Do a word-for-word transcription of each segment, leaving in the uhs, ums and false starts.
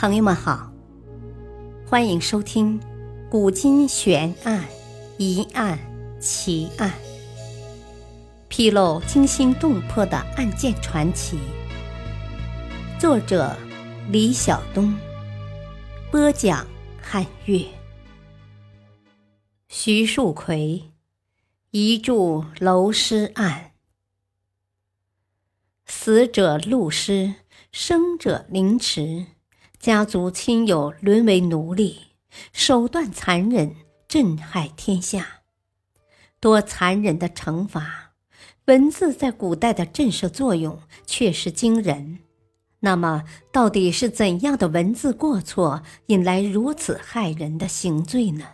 朋友们好，欢迎收听古今悬案、疑案、奇案，披露惊心动魄的案件传奇。作者李晓东，播讲汉月。徐树奎遗著楼尸案。死者戮尸，生者凌迟，家族亲友沦为奴隶，手段残忍，震撼天下。多残忍的惩罚，文字在古代的震慑作用确实惊人。那么，到底是怎样的文字过错，引来如此害人的刑罪呢？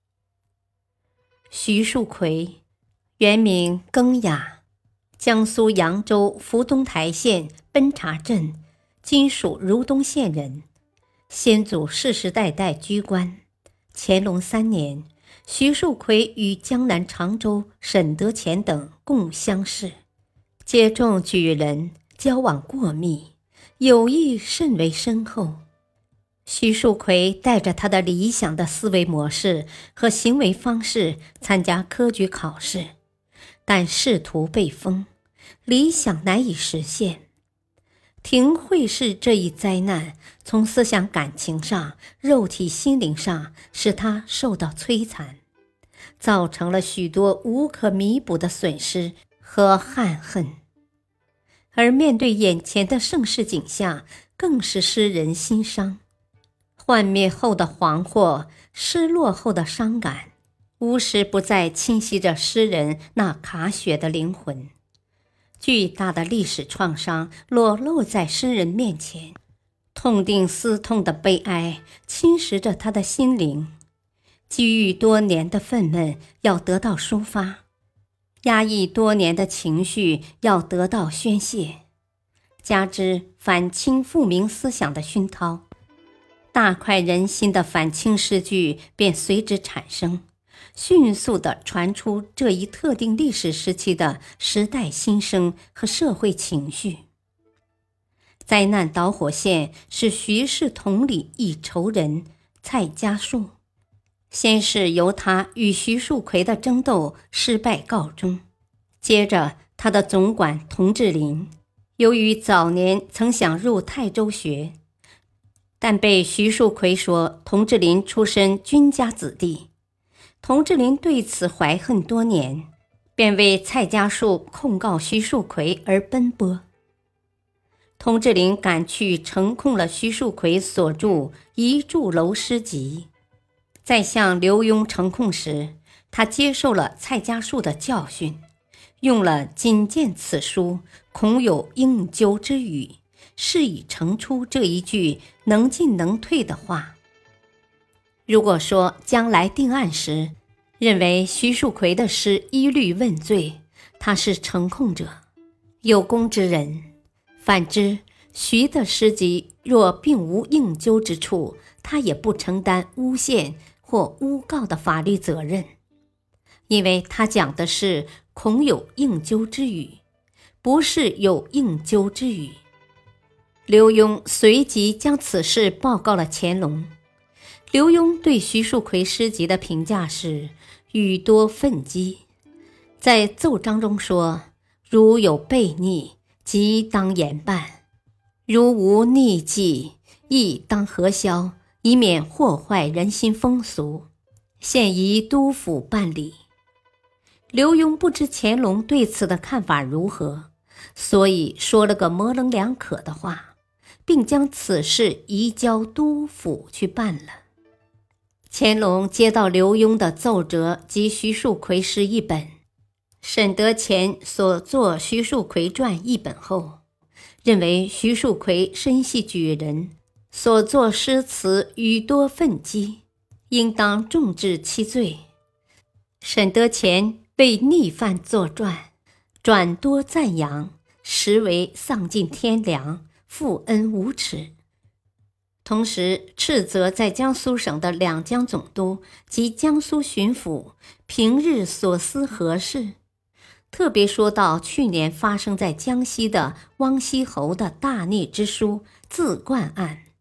徐树奎，原名庚雅，江苏扬州福东台县奔查镇（今属如东县）人，先祖世世代代居官。乾隆三年，徐树奎与江南常州沈德潜等共乡试，皆中举人，交往过密，友谊甚为深厚。徐树奎带着他的理想的思维模式和行为方式参加科举考试，但仕途被封，理想难以实现。廷会试这一灾难，从思想感情上、肉体心灵上使他受到摧残，造成了许多无可弥补的损失和憾恨。而面对眼前的盛世景象，更是诗人心伤。幻灭后的惶惑，失落后的伤感，无时不在侵袭着诗人那卡血的灵魂。巨大的历史创伤裸露在诗人面前，痛定思痛的悲哀侵蚀着他的心灵。积郁多年的愤懑要得到抒发，压抑多年的情绪要得到宣泄，加之反清复明思想的熏陶，大快人心的反清诗句便随之产生，迅速地传出这一特定历史时期的时代心声和社会情绪。灾难导火线是徐氏同里一仇人蔡家树，先是由他与徐树奎的争斗失败告终，接着他的总管童志林，由于早年曾想入泰州学，但被徐树奎说童志林出身军家子弟，童志林对此怀恨多年，便为蔡家树控告徐树奎而奔波。童志林赶去呈控了徐树奎所著《遗著楼诗集》，在向刘墉呈控时，他接受了蔡家树的教训，用了仅见此书，恐有应纠之语，是以成出这一句能进能退的话。如果说将来定案时，认为徐树奎的诗一律问罪，他是呈控者，有功之人；反之，徐的诗集若并无应纠之处，他也不承担诬陷或诬告的法律责任，因为他讲的是恐有应纠之语，不是有应纠之语。刘墉随即将此事报告了乾隆。刘墉对徐树奎诗集的评价是语多愤激，在奏章中说，如有悖逆，即当严办；如无逆迹，亦当核销，以免祸坏人心风俗，现移督府办理。刘墉不知乾隆对此的看法如何，所以说了个模棱两可的话，并将此事移交督府去办了。乾隆接到刘墉的奏折及徐树奎诗一本，沈德潜所作徐树奎传一本后，认为徐树奎身系举人，所作诗词语多愤激，应当重治其罪。沈德潜为逆犯作传，转多赞扬，实为丧尽天良，负恩无耻。同时斥责在江苏省的两江总督及江苏巡抚平日所思何事，特别说到去年发生在江西的汪锡侯的大逆之书自冠案，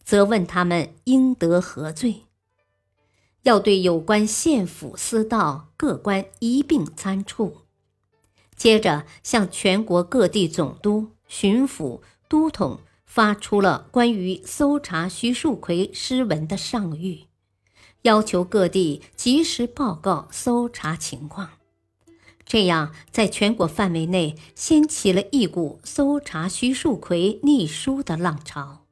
责问他们应得何罪。要对有关县府司道各官一并参处。接着向全国各地总督、巡抚、都统发出了关于搜查徐树奎诗文的上谕，要求各地及时报告搜查情况。这样在全国范围内掀起了一股搜查徐树奎匿书的浪潮。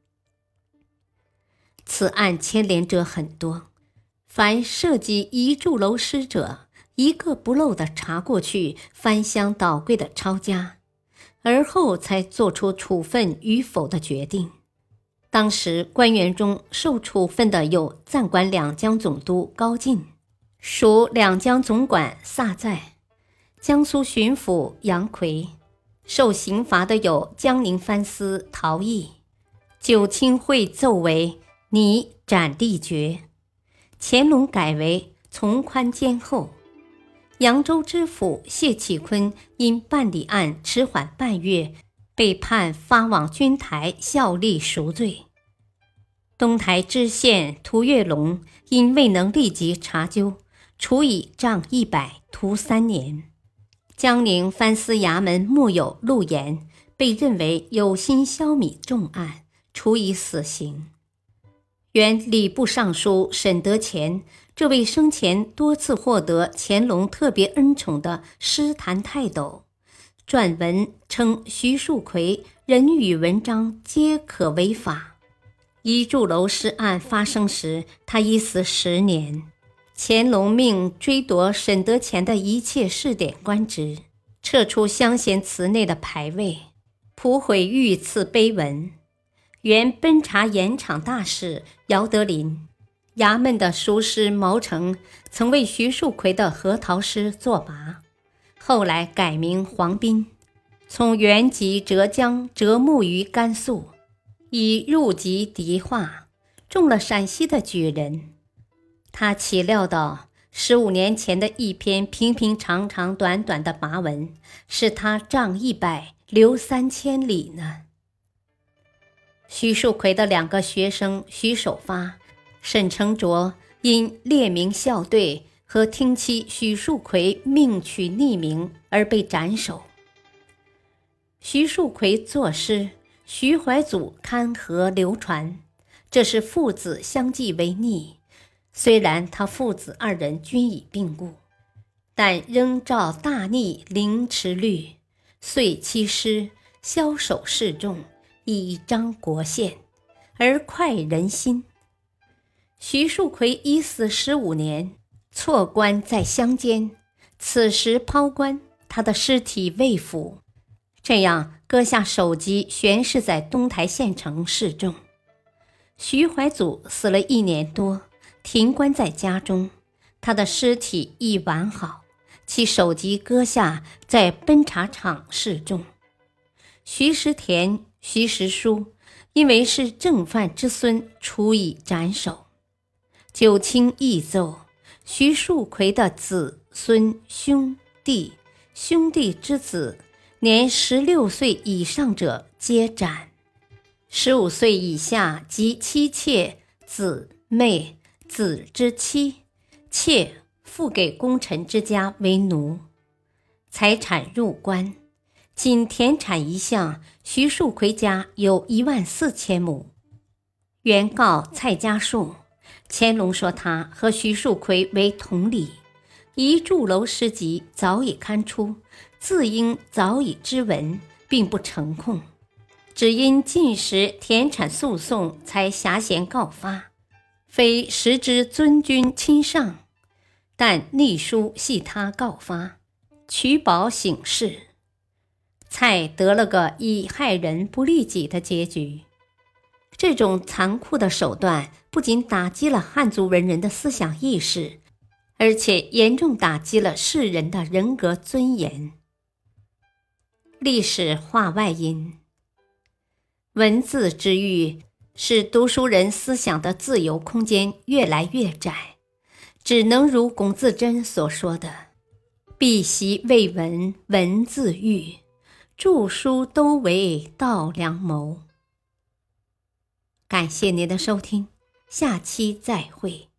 此案牵连者很多，凡涉及遗著楼诗者，一个不漏地查过去翻箱倒柜的抄家，而后才做出处分与否的决定。当时官员中受处分的有暂管两江总督高进，属两江总管萨在，江苏巡抚杨奎，受刑罚的有江宁藩司陶毅。九卿会奏为拟斩立决，乾隆改为从宽兼厚。扬州知府谢启坤因办理案迟缓半月，被判发往军台效力赎罪。东台知县涂月龙因未能立即查究，处以杖一百，徒三年。江宁藩司衙门木有陆延被认为有心消弭重案，处以死刑。原礼部尚书沈德潜，这位生前多次获得乾隆特别恩宠的诗坛泰斗，撰文称徐树奎人语文章皆可违法。遗著楼诗案发生时，他已死十年。乾隆命追夺沈德潜的一切士典官职，撤出乡贤祠内的牌位，铺毁御赐碑文。原奔查盐场大使姚德林，衙门的书师毛成曾为徐树奎的核桃诗作跋，后来改名黄斌，从原籍浙江折募于甘肃，已入籍迪化，中了陕西的举人。他岂料到十五年前的一篇平平常常短短的跋文，使他杖一百，流三千里呢。徐树奎的两个学生徐守发、沈承卓因列明校对和听妻许树奎命取匿名而被斩首。徐树奎作诗，徐怀祖刊和流传，这是父子相继为逆。虽然他父子二人均已病故，但仍照大逆凌迟律，遂其诗，枭首示众，以彰国宪，而快人心。徐树奎已死十五年，错官在乡间，此时抛官，他的尸体未腐，这样割下首级悬饰在东台县城示众。徐怀祖死了一年多，停官在家中，他的尸体已完好，其首级割下在奔查场示众。徐时田、徐时书因为是正犯之孙，处以斩首。九卿议奏，徐树奎的子孙兄弟兄弟之子年十六岁以上者皆斩，十五岁以下及妻妾、姊妹、子之妻、妾付给功臣之家为奴。财产入关，仅田产一项，徐树奎家有一万四千亩。原告蔡家树，乾隆说他和徐树奎为同理，遗著楼诗集早已刊出，自应早已知闻，并不成控，只因近时田产诉讼才辖嫌告发，非实之尊君亲上，但匿书系他告发，取保省事。蔡得了个以害人不利己的结局。这种残酷的手段不仅打击了汉族文人的思想意识，而且严重打击了世人的人格尊严。历史话外音：文字之域使读书人思想的自由空间越来越窄，只能如龚自珍所说的：必习未闻文字狱，著书都为道良谋。 感谢您的收听，下期再会。